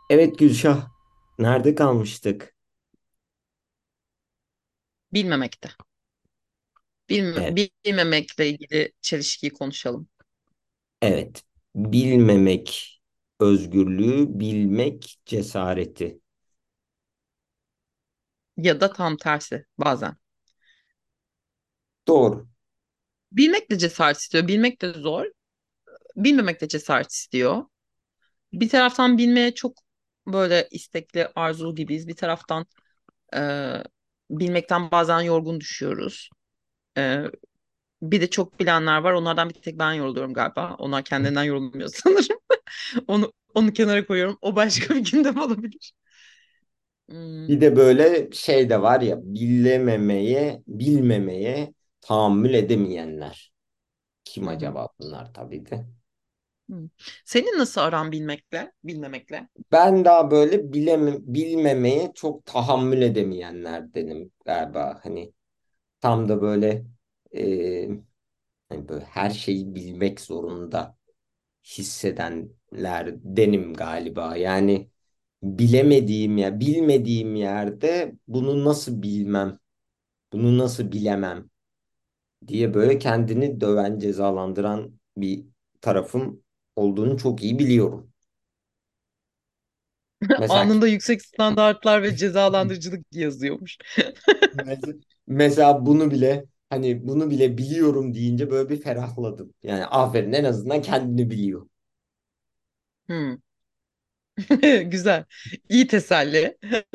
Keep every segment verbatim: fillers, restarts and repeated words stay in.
Evet Gülşah, nerede kalmıştık? Bilmemekte. Bilme, Evet, bilmemekle ilgili çelişkiyi konuşalım. evet. Bilmemek özgürlüğü, bilmek cesareti. Ya da tam tersi bazen. Doğru. Bilmek de cesaret istiyor. Bilmek de zor. Bilmemek de cesaret istiyor. Bir taraftan bilmeye çok böyle istekli, arzulu gibiyiz. Bir taraftan e, bilmekten bazen yorgun düşüyoruz. E, Bir de çok bilenler var. Onlardan bir tek ben yoruluyorum galiba. Onlar kendilerinden yorulmuyor sanırım. Onu onu kenara koyuyorum. O başka bir gündem olabilir. Hmm, Bir de böyle şey de var ya, bilememeye, bilmemeye tahammül edemeyenler. Kim Hı hı. acaba bunlar tabii de. Hı. Senin nasıl aran bilmekle, bilmemekle? Ben daha böyle bileme, bilmemeye çok tahammül edemeyenlerdenim galiba. Hani tam da böyle e, hani böyle her şeyi bilmek zorunda hissedenlerdenim galiba. Yani bilemediğim ya bilmediğim yerde bunu nasıl bilmem, bunu nasıl bilemem diye böyle kendini döven, cezalandıran bir tarafım olduğunu çok iyi biliyorum. Mesela Anında yüksek standartlar ve cezalandırıcılık yazıyormuş. mesela, mesela bunu bile hani bunu bile biliyorum deyince böyle bir ferahladım. Yani aferin en azından kendini biliyor. Hmm. Güzel. İyi teselli.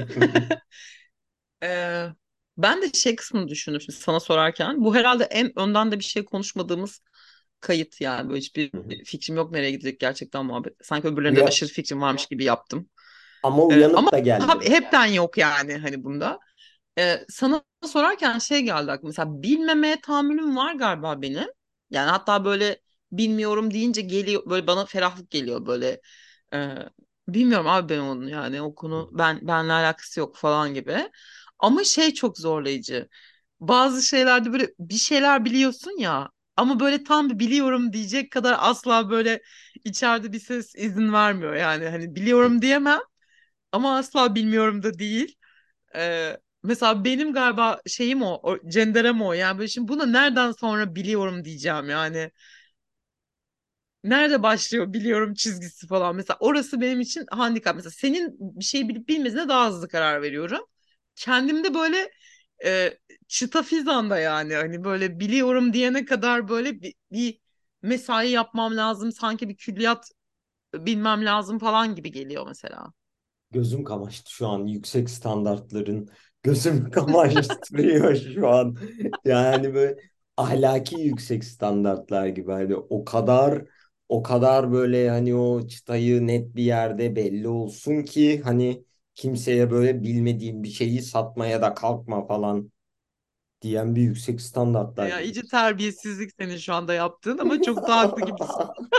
Ee, Ben de şey kısmını düşündüm şimdi sana sorarken. Bu herhalde en önden de bir şey konuşmadığımız kayıt yani. Böyle hiçbir fikrim yok nereye gidecek gerçekten muhabbet. Sanki öbürlerinde Uya- aşırı fikrim varmış gibi yaptım. Ama Ee, ama uyanık da hep, geldim. hepten yok yani hani bunda. Ee, sana sorarken şey geldi aklıma. Mesela bilmemeye tahammülüm var galiba benim. Yani hatta böyle bilmiyorum deyince geliyor böyle bana ferahlık geliyor böyle. Ee, Bilmiyorum abi ben onun yani o konu ben benle alakası yok falan gibi. Ama şey çok zorlayıcı. Bazı şeylerde böyle bir şeyler biliyorsun ya ama böyle tam bir biliyorum diyecek kadar asla böyle içeride bir ses izin vermiyor. Yani hani biliyorum diyemem ama asla bilmiyorum da değil. Ee, Mesela benim galiba şeyim o, o cenderem o. Yani böyle şimdi buna nereden sonra biliyorum diyeceğim yani. Nerede başlıyor biliyorum çizgisi falan. Mesela orası benim için handikap. Mesela senin bir şey bilip bilmediğine daha hızlı karar veriyorum. Kendimde böyle e, çıta fizanda yani hani böyle biliyorum diyene kadar böyle bir, bir mesai yapmam lazım. Sanki bir külliyat bilmem lazım falan gibi geliyor mesela. Gözüm kamaştı şu an yüksek standartların gözümü kamaştırıyor şu an. Yani böyle ahlaki yüksek standartlar gibi hani o kadar o kadar böyle hani o çıtayı net bir yerde belli olsun ki hani kimseye böyle bilmediğim bir şeyi satmaya da kalkma falan diyen bir yüksek standartlar Ya gibi. iyice terbiyesizlik senin şu anda yaptığın ama çok da haklı gibisin.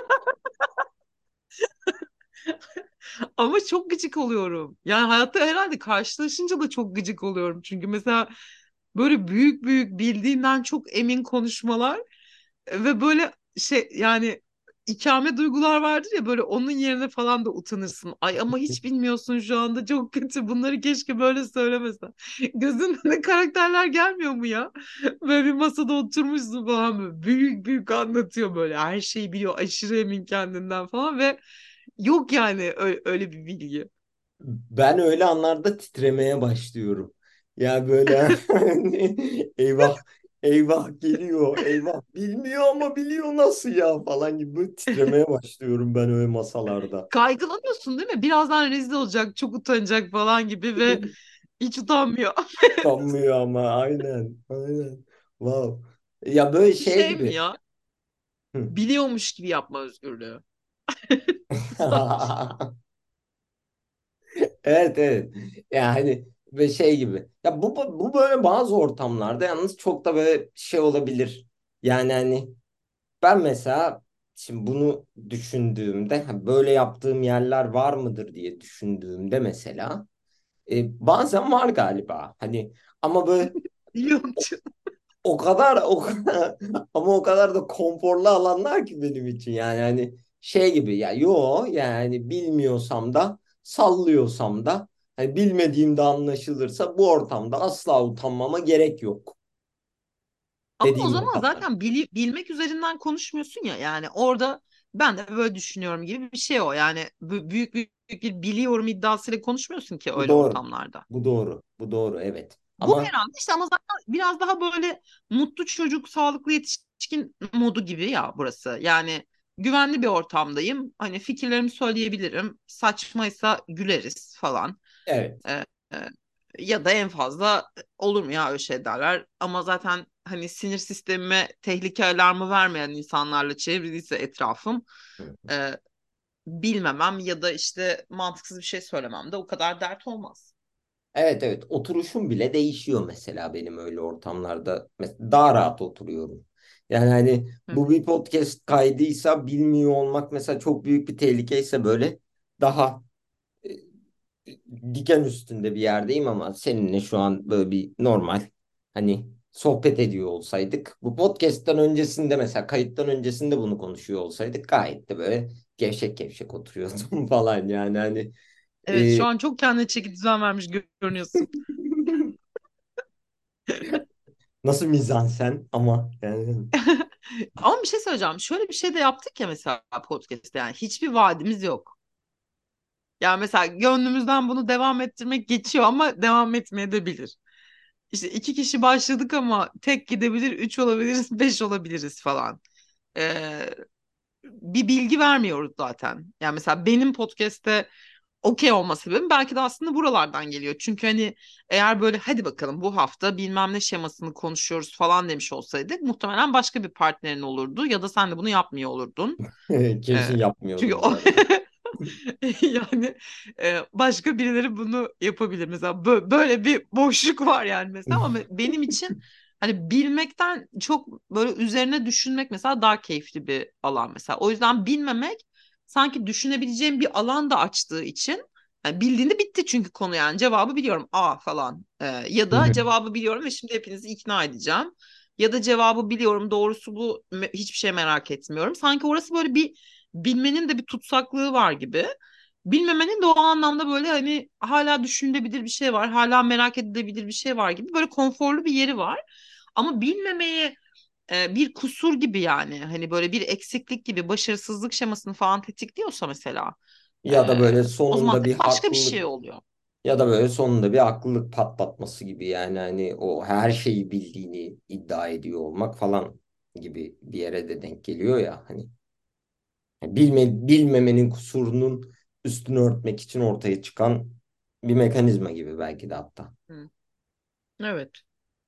Ama çok gıcık oluyorum. Yani hayatta herhalde karşılaşınca da çok gıcık oluyorum. Çünkü mesela böyle büyük büyük bildiğinden çok emin konuşmalar ve böyle şey yani ikame duygular vardır ya böyle onun yerine falan da utanırsın. Ay ama hiç bilmiyorsun şu anda çok kötü. Bunları keşke böyle söylemesen. Gözünden karakterler gelmiyor mu ya? Böyle bir masada oturmuşsun falan böyle büyük büyük anlatıyor böyle her şeyi biliyor aşırı emin kendinden falan ve yok yani öyle, öyle bir bilgi. Ben öyle anlarda titremeye başlıyorum. Ya böyle eyvah eyvah geliyor eyvah bilmiyor ama biliyor nasıl ya falan gibi böyle titremeye başlıyorum ben öyle masalarda. Kaygılanıyorsun değil mi? Birazdan rezil olacak, çok utanacak falan gibi ve hiç utanmıyor. Sanmıyor ama aynen aynen. Wow. Ya böyle şey Şey mi gibi. ya? Hı. Biliyormuş gibi yapma özgürlüğü. Güzelmiş. Evet evet. Yani ve şey gibi. Ya bu bu böyle bazı ortamlarda yalnız çok da böyle şey olabilir. Yani hani ben mesela şimdi bunu düşündüğümde ha, böyle yaptığım yerler var mıdır diye düşündüğümde mesela e, bazen var galiba. Hani ama böyle Biliyormuş. o kadar o kadar ama o kadar da konforlu alanlar ki benim için yani hani şey gibi ya yo yani bilmiyorsam da Sallıyorsam da hani bilmediğimde anlaşılırsa bu ortamda asla utanmama gerek yok Ama o dediğim zaman ortamlar. zaten bili- bilmek üzerinden konuşmuyorsun ya. Yani orada ben de böyle düşünüyorum gibi bir şey o. Yani bü- büyük büyük, büyük bir biliyorum iddiasıyla konuşmuyorsun ki Bu öyle doğru. ortamlarda. Bu doğru. Bu doğru, evet. Bu Ama herhalde işte ama zaten biraz daha böyle mutlu çocuk, sağlıklı yetişkin modu gibi ya burası. Yani güvenli bir ortamdayım. Hani fikirlerimi söyleyebilirim. Saçmaysa güleriz falan. evet. Ee, e, Ya da en fazla olur mu ya öyle şey derler. Ama zaten hani sinir sistemime tehlike alarmı vermeyen insanlarla çevriliyse etrafım e, bilmemem ya da işte mantıksız bir şey söylemem de o kadar dert olmaz. Evet, evet, oturuşum bile değişiyor mesela benim öyle ortamlarda. Mesela daha rahat oturuyorum. Yani hani Hı bu hı. bir podcast kaydıysa bilmiyor olmak mesela çok büyük bir tehlikeyse böyle daha e, diken üstünde bir yerdeyim ama seninle şu an böyle bir normal hani sohbet ediyor olsaydık bu podcast'ten öncesinde mesela kayıttan öncesinde bunu konuşuyor olsaydık gayet de böyle gevşek gevşek oturuyordum falan yani hani Evet e, şu an çok kendine çeki düzen vermiş görünüyorsun. nasıl mizansen ama yani. Ama bir şey söyleyeceğim. Şöyle bir şey de yaptık ya mesela podcast'te yani hiçbir vaadimiz yok. Yani mesela gönlümüzden bunu devam ettirmek geçiyor ama devam etmeye de bilir. İşte iki kişi başladık ama tek gidebilir, üç olabiliriz, beş olabiliriz falan. Ee, Bir bilgi vermiyoruz zaten. Yani mesela benim podcast'te okey olma sebebim belki de aslında buralardan geliyor. Çünkü hani eğer böyle hadi bakalım bu hafta bilmem ne şemasını konuşuyoruz falan demiş olsaydık muhtemelen başka bir partnerin olurdu ya da sen de bunu yapmıyor olurdun. Ee, Kesin Çünkü yapmıyordum bu o arada. yani e, başka birileri bunu yapabilir mesela Bö- böyle bir boşluk var yani mesela ama benim için hani bilmekten çok böyle üzerine düşünmek mesela daha keyifli bir alan mesela o yüzden bilmemek sanki düşünebileceğim bir alan da açtığı için yani bildiğinde bitti çünkü konu yani cevabı biliyorum A falan. Ee, ya da cevabı biliyorum ve şimdi hepinizi ikna edeceğim ya da cevabı biliyorum doğrusu bu me- hiçbir şey merak etmiyorum sanki orası böyle bir bilmenin de bir tutsaklığı var gibi. Bilmemenin de o anlamda böyle hani hala düşünülebilir bir şey var. Hala merak edilebilir bir şey var gibi. Böyle konforlu bir yeri var. Ama bilmemeye e, bir kusur gibi yani. Hani böyle bir eksiklik gibi başarısızlık şemasını falan tetikliyorsa mesela e, Ya da böyle o zaman sonunda bir tabii başka bir şey haklılık oluyor. ya da böyle sonunda bir haklılık patlatması gibi yani hani o her şeyi bildiğini iddia ediyor olmak falan gibi bir yere de denk geliyor ya hani bilme, bilmemenin kusurunun üstünü örtmek için ortaya çıkan bir mekanizma gibi belki de hatta. Hı. Evet.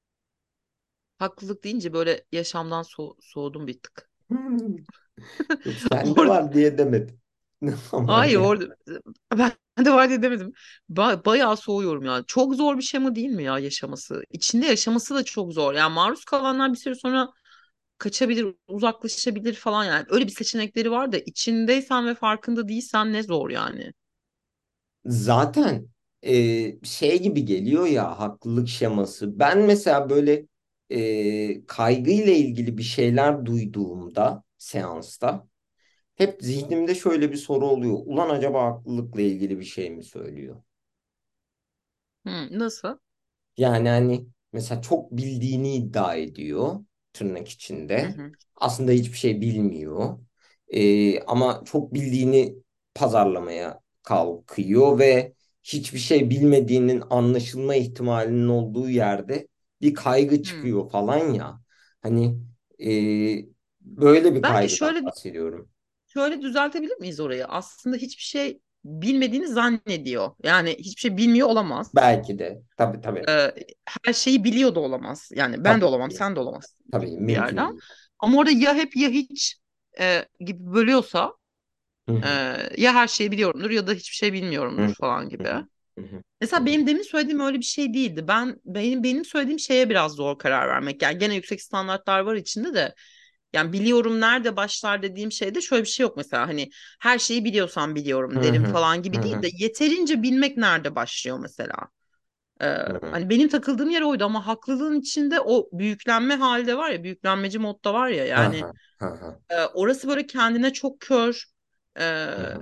Haklılık deyince böyle yaşamdan so- soğudum bir tık. Hmm. Yok, sende Orada var diye demedim. Ama hayır yani orada ben de var diye demedim. Ba bayağı soğuyorum ya. Çok zor bir şey mi değil mi ya yaşaması? İçinde yaşaması da çok zor. Yani maruz kalanlar bir süre sonra kaçabilir, uzaklaşabilir falan yani. Öyle bir seçenekleri var da içindeysen ve farkında değilsen ne zor yani. zaten e, şey gibi geliyor ya haklılık şeması. Ben mesela böyle e, kaygıyla ilgili bir şeyler duyduğumda seansta hep zihnimde şöyle bir soru oluyor. Ulan acaba haklılıkla ilgili bir şey mi söylüyor? Hı, nasıl? Yani hani mesela çok bildiğini iddia ediyor tırnak Hı içinde. hı. Aslında hiçbir şey bilmiyor. Ee, ama çok bildiğini pazarlamaya kalkıyor ve hiçbir şey bilmediğinin anlaşılma ihtimalinin olduğu yerde bir kaygı Hı. çıkıyor falan ya. Hani e, böyle bir Bence kaygıdan şöyle bahsediyorum. şöyle düzeltebilir miyiz orayı? Aslında hiçbir şey bilmediğini zannediyor. Yani hiçbir şey bilmiyor olamaz. Belki de. Tabii, tabii. Ee, Her şeyi biliyor da olamaz. Yani ben de Tabii olamam, ki. sen de olamazsın Tabii bir mümkün yerden. değil. Ama orada ya hep ya hiç e, gibi bölüyorsa Hı e, hı, ya her şeyi biliyorumdur ya da hiçbir şey hı bilmiyorumdur hı, falan hı gibi. hı, hı hı, hı Mesela hı. benim demin söylediğim öyle bir şey değildi. Ben benim benim söylediğim şeye biraz zor karar vermek. Yani gene yüksek standartlar var içinde de. Yani biliyorum nerede başlar dediğim şeyde şöyle bir şey yok mesela hani her şeyi biliyorsam Hı biliyorum derim hı, falan hı gibi değil de hı, yeterince bilmek nerede başlıyor mesela. Ee, hı hı. Hani benim takıldığım yer oydu ama haklılığın içinde o büyüklenme halde var ya büyüklenmeci modda var ya Hı yani hı, hı hı, e, orası böyle kendine çok kör e, hı hı.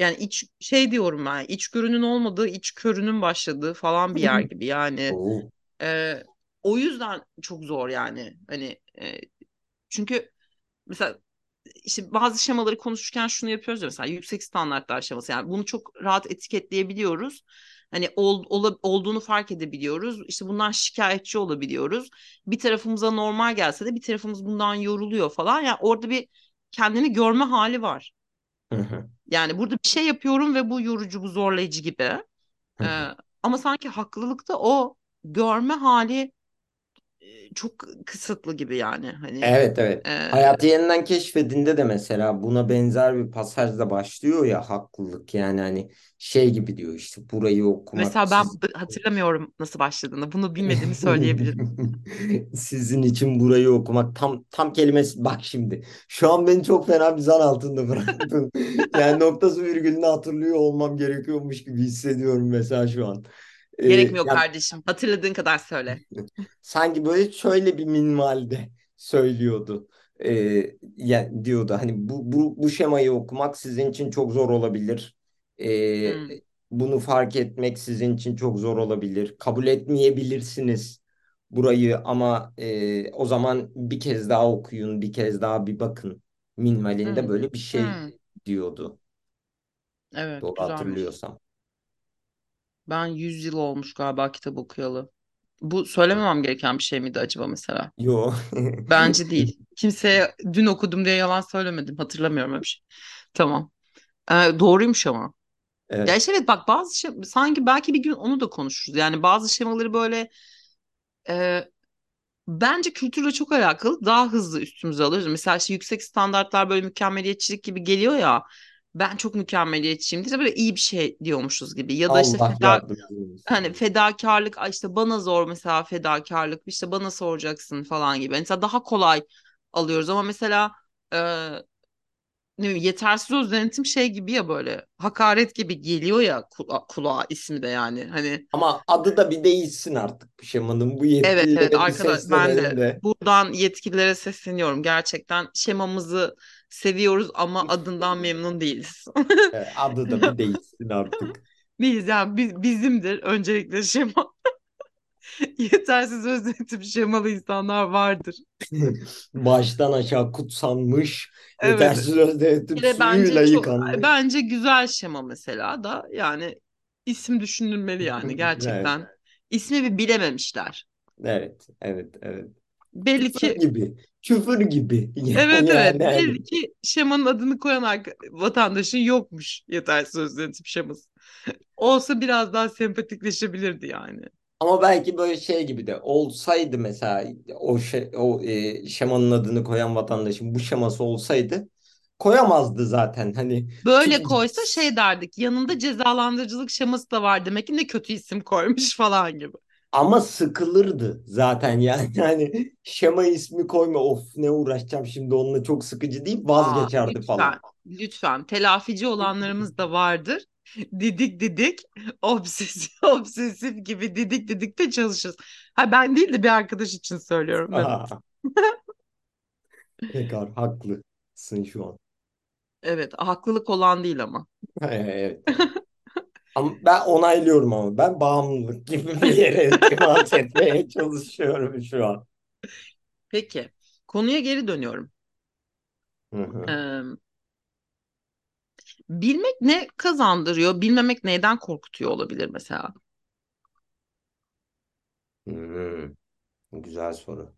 Yani iç şey diyorum ben, içgörünün olmadığı, içkörünün başladığı falan bir yer gibi yani. Oo. e, O yüzden çok zor yani. Hani e, çünkü mesela işte bazı şemaları konuşurken şunu yapıyoruz ya, mesela yüksek standartlar şeması, yani bunu çok rahat etiketleyebiliyoruz. Hani ol, ola- olduğunu fark edebiliyoruz. İşte bundan şikayetçi olabiliyoruz. Bir tarafımıza normal gelse de bir tarafımız bundan yoruluyor falan. Yani orada bir kendini görme hali var. Hı hı, Yani burada bir şey yapıyorum ve bu yorucu, bu zorlayıcı gibi. hı Ee, hı. Ama sanki haklılıkta o görme hali e, çok kısıtlı gibi yani. Hani Evet, evet. e, Hayatı yeniden keşfedinde de mesela buna benzer bir pasajda başlıyor ya haklılık, yani hani şey gibi diyor işte, burayı okumak mesela ben siz b- hatırlamıyorum nasıl başladığını. Bunu bilmediğimi söyleyebilirim. sizin için burayı okumak tam tam kelimesi, bak şimdi şu an beni çok fena bir zan altında bıraktın. Yani noktası virgülünü hatırlıyor olmam gerekiyormuş gibi hissediyorum mesela şu an. Ee, Gerekmiyor ya kardeşim. Hatırladığın kadar söyle. sanki böyle şöyle bir minvalde söylüyordu. Ee, ya diyordu hani bu, bu, bu şemayı okumak sizin için çok zor olabilir. Ee, Hmm, Bunu fark etmek sizin için çok zor olabilir. Kabul etmeyebilirsiniz burayı, ama e, o zaman bir kez daha okuyun, bir kez daha bir bakın minvalinde hmm, böyle bir şey hmm. diyordu. Evet, Doğru güzelmiş. hatırlıyorsam. Ben yüz yıl olmuş galiba kitap okuyalı. Bu söylememem gereken bir şey miydi acaba mesela? Yo. Bence değil. Kimseye dün okudum diye yalan söylemedim. Hatırlamıyorum öyle bir şey. Tamam. Ee, doğruymuş ama. Ya Evet. işte evet, bak bazı şey sanki belki bir gün onu da konuşuruz. Yani bazı şemaları böyle e, bence kültürle çok alakalı daha hızlı üstümüze alıyoruz. Mesela işte yüksek standartlar böyle mükemmeliyetçilik gibi geliyor ya. Ben çok mükemmeliyetçiyim diye böyle iyi bir şey diyormuşuz gibi. Ya da işte Allah feda, yardımcın hani olsun. fedakarlık, "Ay işte bana zor mesela fedakarlık, işte bana soracaksın" falan gibi. Mesela daha kolay alıyoruz ama mesela e, ne bileyim, yetersiz öz denetim şey gibi ya, böyle hakaret gibi geliyor ya kula- kulağa, ismi de yani. Hani Ama adı da bir değişsin artık bu şemanın. Bu evet evet yetkililere bir arkadaş, ben seslenelim de de. buradan yetkililere sesleniyorum. Gerçekten şemamızı seviyoruz ama adından memnun değiliz. E, Adı da bir değişsin artık. Değiliz yani, biz, bizimdir öncelikle şema. Yetersiz öz denetim şemalı insanlar vardır. Baştan aşağı kutsanmış, Evet. yetersiz öz denetim Bir de suyuyla bence çok yıkanmış. bence güzel şema mesela da yani, isim düşünülmeli yani Evet, gerçekten. İsmi bir bilememişler. evet, evet, evet. Belli Küfür ki gibi, küfür gibi. evet evet, Yani hani. belli ki şemanın adını koyan arka- vatandaşın yokmuş yetersiz öz denetim şeması. Olsa biraz daha sempatikleşebilirdi yani. Ama belki böyle şey gibi de olsaydı, mesela o şey, o e, şemanın adını koyan vatandaşın bu şeması olsaydı koyamazdı zaten hani, Böyle çünkü koysa şey derdik, yanında cezalandırıcılık şeması da var, demek ki ne kötü isim koymuş falan gibi. ama sıkılırdı zaten yani. Yani şema ismi koyma, of ne uğraşacağım şimdi onunla, çok sıkıcı deyip Aa, vazgeçerdi lütfen falan. lütfen, telafici olanlarımız da vardır. Didik didik obsesif obsesif gibi didik didik de çalışırız. Ha, ben değil de bir arkadaş için söylüyorum, evet. Aha, Tekrar haklısın şu an. Evet, haklılık olan değil ama. Evet, evet. Ama ben onaylıyorum, ama ben bağımlılık gibi bir yere temas etmeye çalışıyorum şu an. Peki, konuya geri dönüyorum. Hı hı. Ee, Bilmek ne kazandırıyor, bilmemek neyden korkutuyor olabilir mesela? Hmm, güzel soru.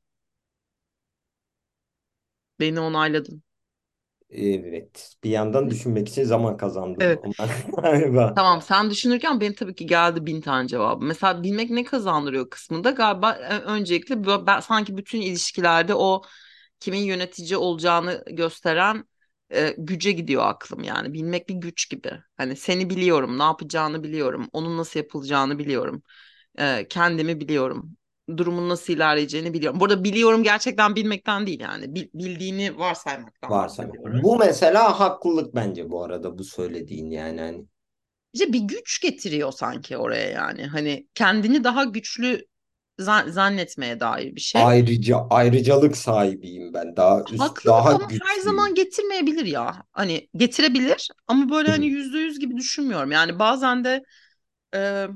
Beni onayladın. Evet. Bir yandan düşünmek için zaman kazandım Evet. ama galiba. Tamam, sen düşünürken benim tabii ki geldi bin tane cevabı. Mesela bilmek ne kazandırıyor kısmında galiba e, öncelikle bö- ben, sanki bütün ilişkilerde o kimin yönetici olacağını gösteren e, güce gidiyor aklım yani. Bilmek bir güç gibi. Hani seni biliyorum, ne yapacağını biliyorum, onun nasıl yapılacağını biliyorum, e, kendimi biliyorum, durumun nasıl ilerleyeceğini biliyorum. Burada biliyorum gerçekten bilmekten değil yani. Bil- bildiğini varsaymaktan Varsayma. bahsediyoruz. Bu mesela haklılık bence, bu arada bu söylediğin, yani hani. İşte bir güç getiriyor sanki oraya yani. Hani kendini daha güçlü. zan- zannetmeye dair bir şey. Ayrıca ayrıcalık sahibiyim ben. Daha üst, Haklılık daha ama her güçlüyüm. zaman getirmeyebilir ya. Hani getirebilir ama böyle Hı hani hı. yüzde yüz gibi düşünmüyorum. Yani bazen de e,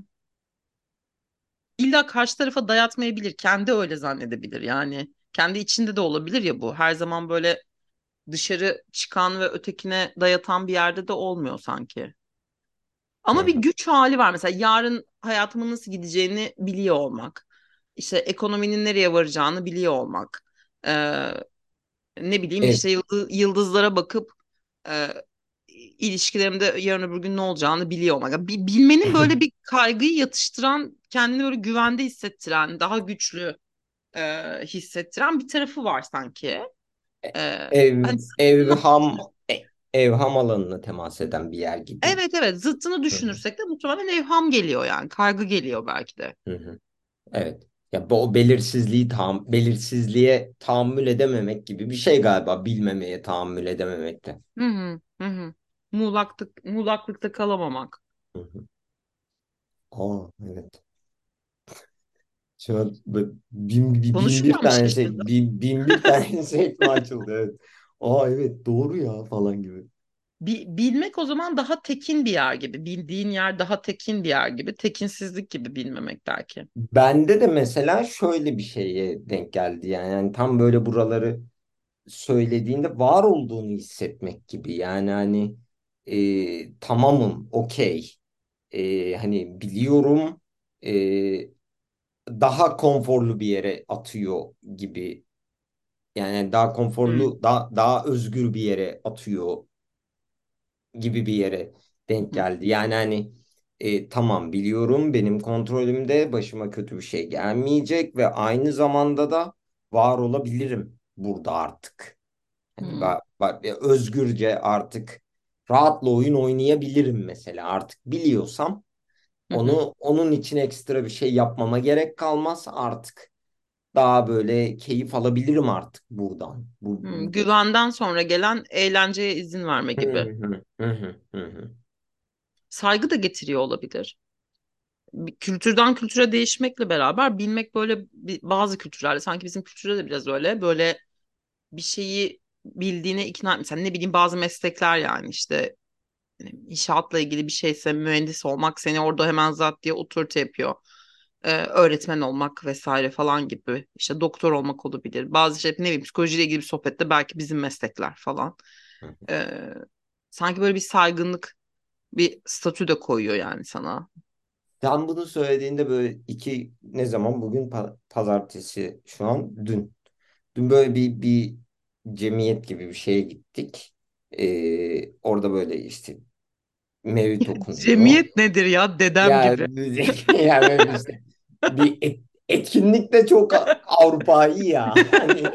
illa karşı tarafa dayatmayabilir. Kendi öyle zannedebilir. Yani kendi içinde de olabilir ya bu. Her zaman böyle dışarı çıkan ve ötekine dayatan bir yerde de olmuyor sanki. Hı Ama bir hı. güç hali var. Mesela yarın hayatımın nasıl gideceğini biliyor olmak. İşte ekonominin nereye varacağını biliyor olmak. Ee, ne bileyim Evet. işte yıldız- yıldızlara bakıp e, ilişkilerimde yarın öbür gün ne olacağını biliyor olmak. Yani bi- bilmenin böyle bir kaygıyı yatıştıran, kendini böyle güvende hissettiren, daha güçlü e, hissettiren bir tarafı var sanki. Ee, Ev, hani evham e- evham alanına temas eden bir yer gibi. evet evet zıttını Hı hı. düşünürsek de muhtemelen evham geliyor yani. Kaygı geliyor belki de. Hı hı. Evet. Ya bu o belirsizliği tam belirsizliğe tahammül edememek gibi bir şey galiba, bilmemeye tahammül edememekte. Hı hı, hı hı. Muğlaklık, muğlaklıkta kalamamak. Hı hı. Aa, evet. Şu an böyle bin, bin, bin bir Konuşurken bir tane şaşırdım. şey, bin, bin bir tane sekme açıldı. Evet. Aa, evet, doğru ya falan gibi. Bi- bilmek o zaman daha tekin bir yer gibi. Bildiğin yer daha tekin bir yer gibi. Tekinsizlik gibi bilmemek belki. Bende de mesela şöyle bir şeye denk geldi yani. Yani tam böyle buraları söylediğinde var olduğunu hissetmek gibi. Yani hani e, tamamım, okey. E, hani biliyorum, e, daha konforlu bir yere atıyor gibi. Yani daha Hı konforlu, daha, daha özgür bir yere atıyor gibi bir yere denk hı, geldi. Yani hani e, tamam, biliyorum, benim kontrolümde, başıma kötü bir şey gelmeyecek ve aynı zamanda da var olabilirim burada artık. Hani hı ba- ba- e, özgürce artık rahatla oyun oynayabilirim mesela. Artık biliyorsam hı, hı. onu, onun için ekstra bir şey yapmama gerek kalmaz artık. Daha böyle keyif alabilirim artık buradan. Bu, Hı. Güvenden sonra gelen eğlenceye izin verme Hı gibi. hı, hı hı, hı hı. Saygı da getiriyor olabilir. Bir kültürden kültüre değişmekle beraber bilmek böyle bir- bazı kültürlerde sanki bizim kültürde de biraz öyle böyle bir şeyi bildiğine ikna mesela ne bileyim bazı meslekler yani işte hani inşaatla ilgili bir şeyse mühendis olmak seni orada hemen zat diye otorite yapıyor. Ee, öğretmen olmak vesaire falan gibi işte doktor olmak olabilir. Bazı şey ne bileyim psikolojiyle ilgili bir sohbette belki bizim meslekler falan. Hı. Ee, sanki böyle bir saygınlık bir statü de koyuyor yani sana. Sen bunu söylediğinde böyle iki, ne zaman, bugün pa- pazartesi, şu an dün. Dün böyle bir, bir cemiyet gibi bir şeye gittik. Ee, orada böyle işte mevlüt okunuyor. Cemiyet nedir ya dedem Ya gibi. ya böyle işte bir et- etkinlik de çok Avrupa'yı ya. Hani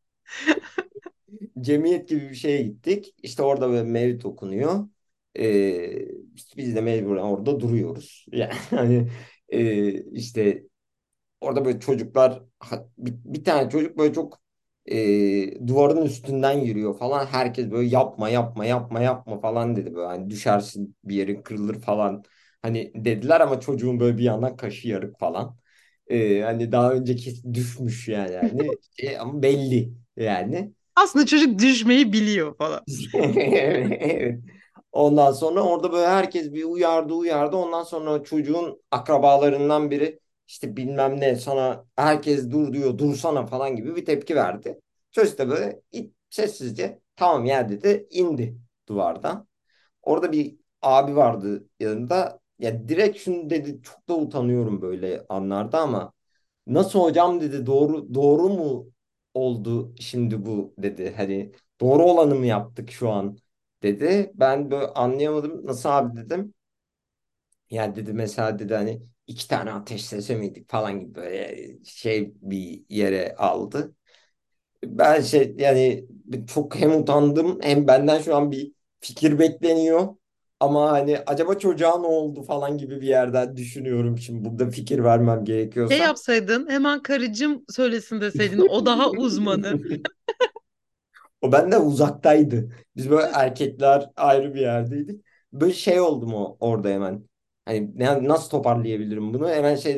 cemiyet gibi bir şeye gittik. İşte orada böyle mevlüt okunuyor. Ee, işte biz de mecburen orada duruyoruz. Yani hani e, işte orada böyle çocuklar, ha- bir, bir tane çocuk böyle çok e, duvarın üstünden yürüyor falan. Herkes böyle yapma yapma yapma yapma falan dedi, böyle hani düşersin, bir yerin kırılır falan hani dediler, ama çocuğun böyle bir yandan kaşı yarık falan. E, hani daha önce kesin düşmüş yani, yani şey, ama belli yani. Aslında çocuk düşmeyi biliyor falan. Evet. Ondan sonra orada böyle herkes bir uyardı uyardı. Ondan sonra çocuğun akrabalarından biri işte bilmem ne, sana herkes dur diyor, dursana falan gibi bir tepki verdi. Çocuk da böyle it- sessizce tamam ya dedi, indi duvardan. Orada bir abi vardı yanında. Ya direkt şunu dedi, çok da utanıyorum böyle anlarda ama nasıl hocam dedi, doğru doğru mu oldu şimdi bu dedi. Hani doğru olanı mı yaptık şu an dedi. Ben böyle anlayamadım. Nasıl abi dedim. Yani dedi, mesela dedi hani iki tane ateşlese miydik falan gibi böyle şey bir yere aldı. Ben şey yani çok hem utandım, hem benden şu an bir fikir bekleniyor. Ama hani acaba çocuğa ne oldu falan gibi bir yerden düşünüyorum şimdi, burada fikir vermem Şey gerekiyorsa. yapsaydın hemen karıcığım söylesin deseydin o daha uzmanı. O benden uzaktaydı. Biz böyle erkekler ayrı bir yerdeydik. Böyle şey oldu mu orada hemen. Hani ne- nasıl toparlayabilirim bunu? Hemen şey dedim.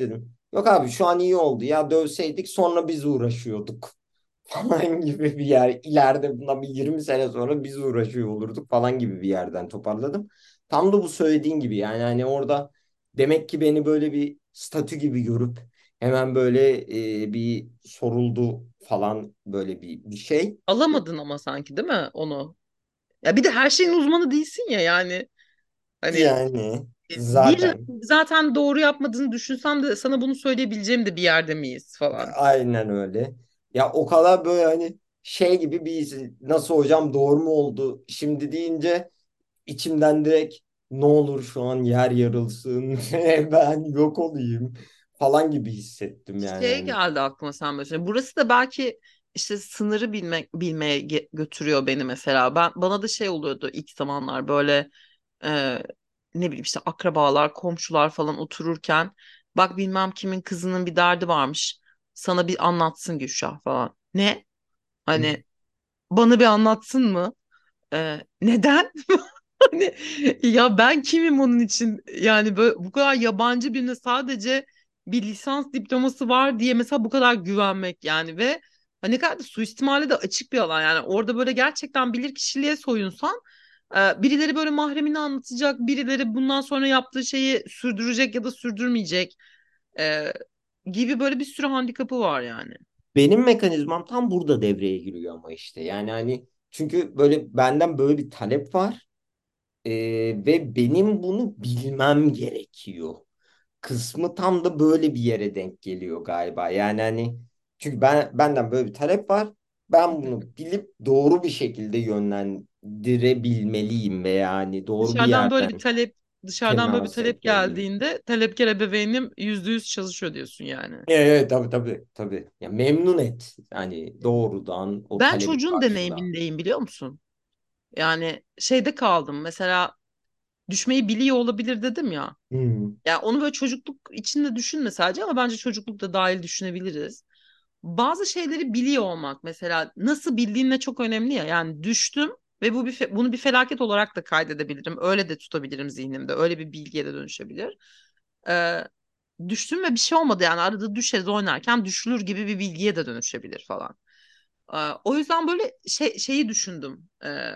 Yok abi şu an iyi oldu ya, dövseydik sonra biz uğraşıyorduk falan gibi bir yer. İleride bundan bir yirmi sene sonra biz uğraşıyor olurduk falan gibi bir yerden toparladım. Tam da bu söylediğin gibi yani hani orada demek ki beni böyle bir statü gibi görüp hemen böyle e, bir soruldu falan, böyle bir, bir şey. Alamadın ama sanki değil mi onu? Ya bir de her şeyin uzmanı değilsin ya yani. Hani Yani e, bir zaten zaten doğru yapmadığını düşünsem de sana bunu söyleyebileceğim de bir yerde miyiz falan. aynen öyle. Ya o kadar böyle hani şey gibi bir his- nasıl hocam doğru mu oldu şimdi deyince içimden direkt ne olur şu an yer yarılsın ben yok olayım falan gibi hissettim yani Şey hani. geldi aklıma sen böyle. söyleyince. Burası da belki işte sınırı bilmek bilmeye ge- götürüyor beni mesela. Ben bana da şey oluyordu ilk zamanlar böyle e, ne bileyim işte akrabalar, komşular falan otururken bak bilmem kimin kızının bir derdi varmış. Sana bir anlatsın Gülşah falan. Ne? Hani bana bir anlatsın mı? E, neden? Hani ya ben kimim onun için? Yani böyle bu kadar yabancı birine sadece bir lisans diploması var diye mesela bu kadar güvenmek yani ve hani ne kadar da suistimale de açık bir alan yani orada böyle gerçekten bilir kişiliğe soyunsan e, birileri böyle mahremini anlatacak, birileri bundan sonra yaptığı şeyi sürdürecek ya da sürdürmeyecek e, gibi böyle bir sürü handikapı var yani. Benim mekanizmam tam burada devreye giriyor ama işte yani hani çünkü böyle benden böyle bir talep var, Ee, ve benim bunu bilmem gerekiyor kısmı tam da böyle bir yere denk geliyor galiba. Yani hani çünkü ben benden böyle bir talep var. Ben bunu bilip doğru bir şekilde yönlendirebilmeliyim ve yani doğru bir Dışarıdan böyle bir yerden talep dışarıdan böyle bir temas talep etmeliyim. geldiğinde talepkar ebeveynim yüzde yüz çalışıyor diyorsun yani. Evet, tabii tabii tabii. Ya memnun et. Yani doğrudan o Ben talebi çocuğun karşıla. deneyimindeyim biliyor musun? Yani şeyde kaldım mesela düşmeyi biliyor olabilir dedim ya. Hmm. Yani onu böyle çocukluk içinde düşünme sadece ama bence çocukluk da dahil düşünebiliriz. Bazı şeyleri biliyor olmak mesela nasıl bildiğinle çok önemli ya. Yani düştüm ve bu bir fe- bunu bir felaket olarak da kaydedebilirim. Öyle de tutabilirim zihnimde. Öyle bir bilgiye de dönüşebilir. Ee, düştüm ve bir şey olmadı yani arada düşeriz oynarken düşülür gibi bir bilgiye de dönüşebilir falan. Ee, o yüzden böyle şey, şeyi düşündüm. Ee,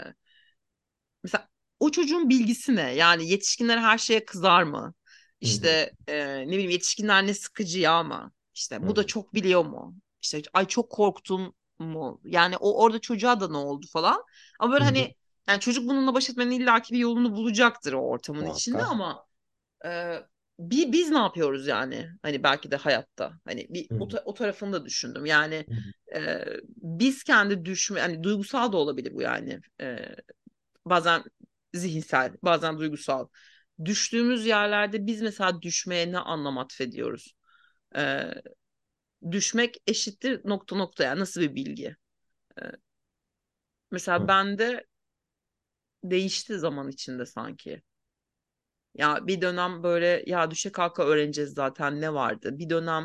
mesela o çocuğun bilgisi ne? Yani yetişkinler her şeye kızar mı? Hı hı, İşte e, ne bileyim yetişkinler ne sıkıcı ya mı? İşte hı bu da hı, çok biliyor mu? İşte ay çok korktum mu? Yani o orada çocuğa da ne oldu falan. Ama hı böyle hı. hani yani çocuk bununla baş etmenin illaki bir yolunu bulacaktır o ortamın içinde Muhakkak. ama e, bir biz ne yapıyoruz yani? Hani belki de hayatta. Hani bir Hı o, hı, ta- o tarafını da düşündüm. Yani hı hı, e, biz kendi düşme hani duygusal da olabilir bu yani. E, bazen zihinsel, bazen duygusal. Düştüğümüz yerlerde biz mesela düşmeye ne anlam atfediyoruz? Ee, düşmek eşittir nokta nokta yani nasıl bir bilgi? Ee, mesela hı bende değişti zaman içinde sanki. Ya bir dönem böyle ya düşe kalka öğreneceğiz zaten ne vardı? Bir dönem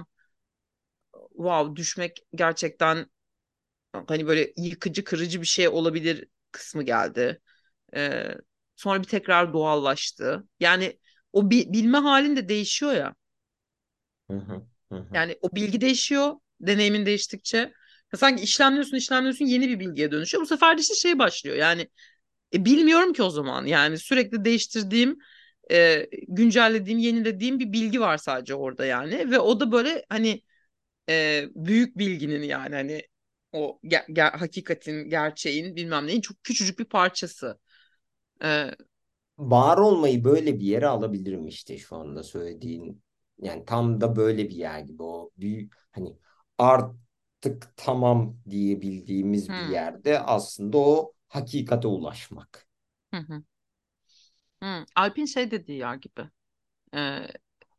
wow düşmek gerçekten hani böyle yıkıcı kırıcı bir şey olabilir kısmı geldi. Ee, sonra bir tekrar doğallaştı. Yani o bi- bilme halin de değişiyor ya. hı, hı hı, hı. Yani o bilgi değişiyor deneyimin değiştikçe. Ya sanki işlemliyorsun işlemliyorsun yeni bir bilgiye dönüşüyor. Bu sefer de işte şey başlıyor. Yani e, bilmiyorum ki o zaman. Yani sürekli değiştirdiğim, e, güncellediğim, yenilediğim bir bilgi var sadece orada yani. Ve o da böyle hani e, büyük bilginin yani hani o ger- ger- hakikatin, gerçeğin bilmem neyin çok küçücük bir parçası. E, Var olmayı böyle bir yere alabilirim işte şu anda söylediğin. Yani tam da böyle bir yer gibi, o büyük hani artık tamam diyebildiğimiz bir hmm, yerde aslında o hakikate ulaşmak. hı hı, hı. Alp'in şey dediği yer gibi. E,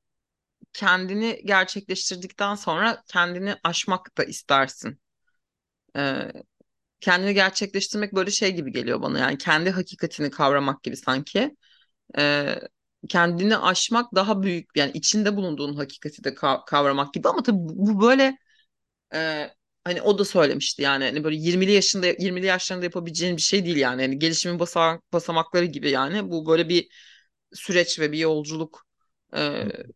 kendini gerçekleştirdikten sonra kendini aşmak da istersin. Ee, kendini gerçekleştirmek böyle şey gibi geliyor bana yani kendi hakikatini kavramak gibi sanki. Ee, kendini aşmak daha büyük yani içinde bulunduğun hakikati de ka- kavramak gibi ama tabii bu bu böyle e, hani o da söylemişti yani hani böyle yirmili yaşında yirmili yaşlarında yapabileceğin bir şey değil yani. Yani gelişimin basa basamakları gibi yani bu böyle bir süreç ve bir yolculuk. Ee,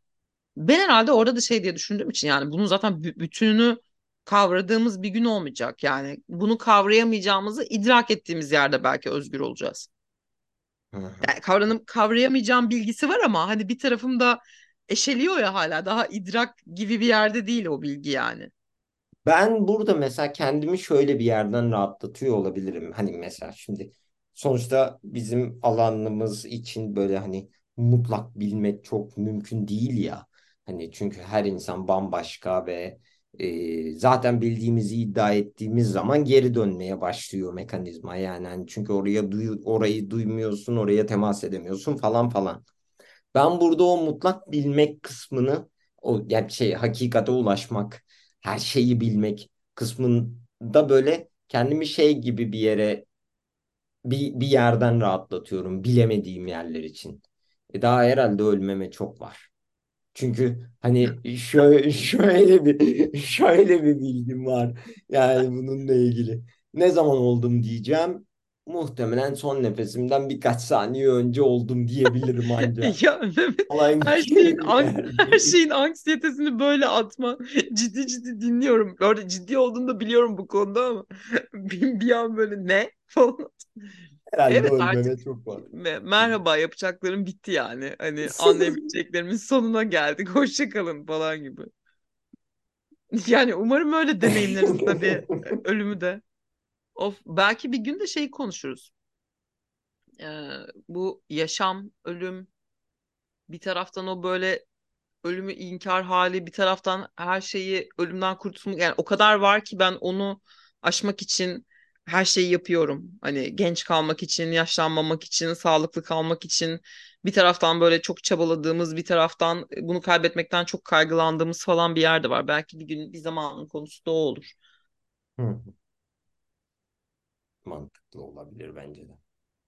Ben herhalde orada da şey diye düşündüğüm için, yani bunun zaten bü- bütününü kavradığımız bir gün olmayacak. Yani bunu kavrayamayacağımızı idrak ettiğimiz yerde belki özgür olacağız. Hı hı. Yani kavranım kavrayamayacağım bilgisi var ama hani bir tarafım da eşeliyor ya, hala daha idrak gibi bir yerde değil o bilgi yani. Ben burada mesela kendimi şöyle bir yerden rahatlatıyor olabilirim. Hani mesela şimdi sonuçta bizim alanımız için böyle hani mutlak bilmek çok mümkün değil ya. Hani çünkü her insan bambaşka ve e, zaten bildiğimizi iddia ettiğimiz zaman geri dönmeye başlıyor mekanizma. Yani hani çünkü oraya duyu, orayı duymuyorsun, oraya temas edemiyorsun falan falan. Ben burada o mutlak bilmek kısmını, o yani şey hakikate ulaşmak, her şeyi bilmek kısmında böyle kendimi şey gibi bir yere, bir, bir yerden rahatlatıyorum bilemediğim yerler için. E daha herhalde ölmeme çok var. Çünkü hani şöyle, şöyle bir şöyle bir bilgim var. Yani bununla ilgili. Ne zaman oldum diyeceğim. Muhtemelen son nefesimden birkaç saniye önce oldum diyebilirim anca. Ya Mehmet, Olan her şeyin gibi bir an- her yerdeyim. şeyin anksiyetesini böyle atma. Ciddi ciddi dinliyorum. Bu arada ciddi olduğunu da biliyorum bu konuda ama bir, bir an böyle ne falan. Herhalde Evet, artık ölmeme çok var. me- merhaba, yapacaklarım bitti yani. Hani anlayabileceklerimin sonuna geldik. Hoşça kalın falan gibi. Yani umarım öyle deneyimleriz tabii, e, ölümü de. Of, belki bir gün de şey konuşuruz. Ee, bu yaşam, ölüm, bir taraftan o böyle ölümü inkar hali, bir taraftan her şeyi ölümden kurtulmak, yani o kadar var ki ben onu aşmak için her şeyi yapıyorum. Hani genç kalmak için, yaşlanmamak için, sağlıklı kalmak için, bir taraftan böyle çok çabaladığımız, bir taraftan bunu kaybetmekten çok kaygılandığımız falan bir yerde var. Belki bir gün, bir zamanın konusu da o olur. Hı, mantıklı olabilir bence de.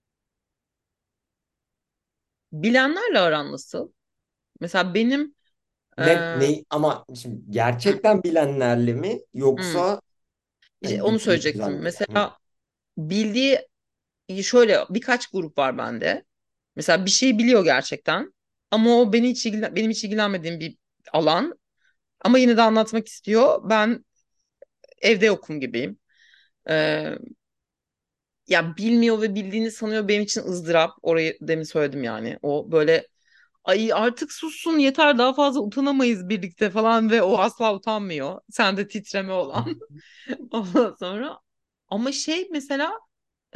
Bilenlerle aran nasıl? Mesela benim e, Ne, ne ama şimdi gerçekten bilenlerle mi hmm, yoksa işte hani onu gittiğim söyleyecektim. düzenle? Hı. Mesela bildiği, şöyle birkaç grup var bende. Mesela bir şey biliyor gerçekten ama o beni hiç ilgilen benim hiç ilgilenmediğim bir alan, ama yine de anlatmak istiyor. Ben evde yokum gibiyim. Ee, ya bilmiyor ve bildiğini sanıyor, benim için ızdırap. Orayı demin söyledim yani. O böyle, ay artık sussun yeter, daha fazla utanamayız birlikte falan, ve o asla utanmıyor. Sende titreme olan. Ondan sonra, ama şey mesela, e,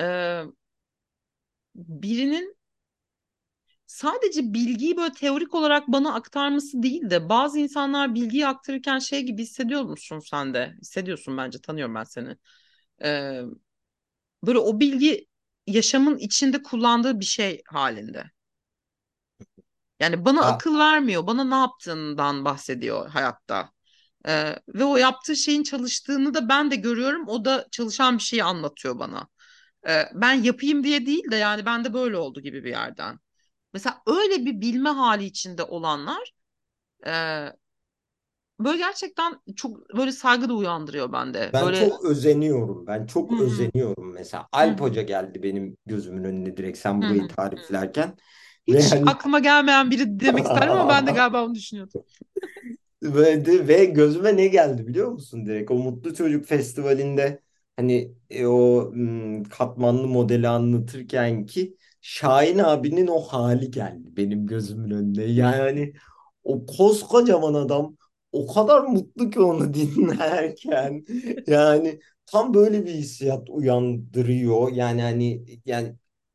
birinin sadece bilgiyi böyle teorik olarak bana aktarması değil de, bazı insanlar bilgiyi aktarırken şey gibi hissediyor musun sen de? Hissediyorsun bence, tanıyorum ben seni. Ee, böyle o bilgi yaşamın içinde kullandığı bir şey halinde. Yani bana Ya akıl vermiyor, bana ne yaptığından bahsediyor hayatta. Ee, ve o yaptığı şeyin çalıştığını da ben de görüyorum. O da çalışan bir şeyi anlatıyor bana. Ee, ben yapayım diye değil de, yani ben de böyle oldu gibi bir yerden. Mesela öyle bir bilme hali içinde olanlar, e, böyle gerçekten çok böyle saygı da uyandırıyor bende. ben Böyle çok özeniyorum. Ben hı çok hı, özeniyorum mesela. hı Alp hı, Hoca geldi benim gözümün önüne direkt sen hı burayı hı. tariflerken ve Hiç hani aklıma gelmeyen biri demek isterdim ama ben de galiba onu düşünüyordum. Ve, de- ve gözüme ne geldi biliyor musun direkt? O Mutlu Çocuk Festivali'nde hani e, o m, katmanlı modeli anlatırken ki Şahin abinin o hali geldi benim gözümün önüne. Yani hani o koskocaman adam o kadar mutlu ki onu dinlerken yani tam böyle bir hissiyat uyandırıyor. Yani hani yani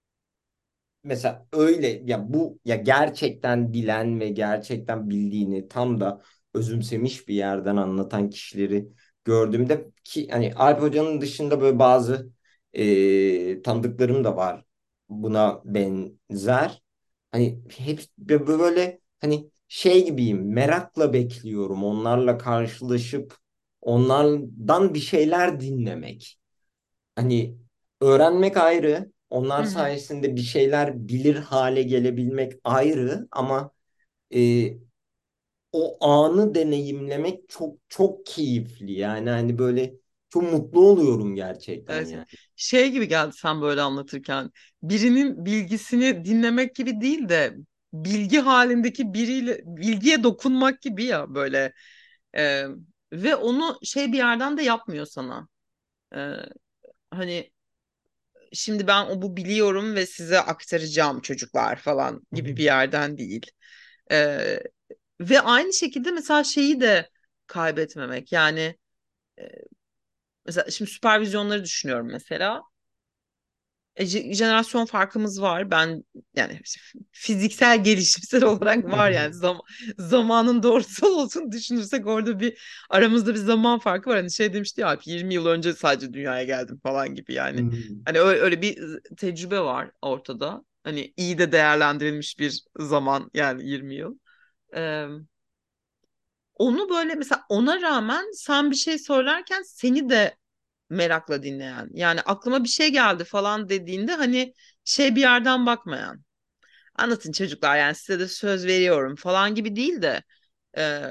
mesela öyle ya bu ya gerçekten bilen ve gerçekten bildiğini tam da özümsemiş bir yerden anlatan kişileri gördüğümde ki hani Alp Hoca'nın dışında böyle bazı e, tanıdıklarım da var buna benzer. Hani hep böyle hani şey gibiyim merakla bekliyorum onlarla karşılaşıp onlardan bir şeyler dinlemek. Hani öğrenmek ayrı, Hı onlar hı. sayesinde bir şeyler bilir hale gelebilmek ayrı ama e, o anı deneyimlemek çok çok keyifli. Yani hani böyle çok mutlu oluyorum gerçekten Evet. yani. Şey gibi geldi sen böyle anlatırken. Birinin bilgisini dinlemek gibi değil de, bilgi halindeki biriyle bilgiye dokunmak gibi ya böyle. Ee, Ve onu şey bir yerden de yapmıyor sana. Ee, Hani şimdi ben o bu biliyorum ve size aktaracağım çocuklar falan Hı gibi hı. bir yerden değil. Ee, Ve aynı şekilde mesela şeyi de kaybetmemek. Yani e, mesela şimdi süpervizyonları düşünüyorum mesela. E, je- jenerasyon farkımız var. Ben yani fiziksel gelişimsel olarak Hı var hı. yani zam zamanın doğrusal olduğunu düşünürsek orada bir aramızda bir zaman farkı var. Hani şey demişti ya Alp, yirmi yıl önce sadece dünyaya geldim falan gibi yani. Hani öyle, öyle bir tecrübe var ortada. Hani iyi de değerlendirilmiş bir zaman yani yirmi yıl. Ee, Onu böyle mesela ona rağmen sen bir şey söylerken seni de merakla dinleyen. Yani aklıma bir şey geldi falan dediğinde hani şey bir yerden bakmayan. Anlatın çocuklar yani size de söz veriyorum falan gibi değil de e,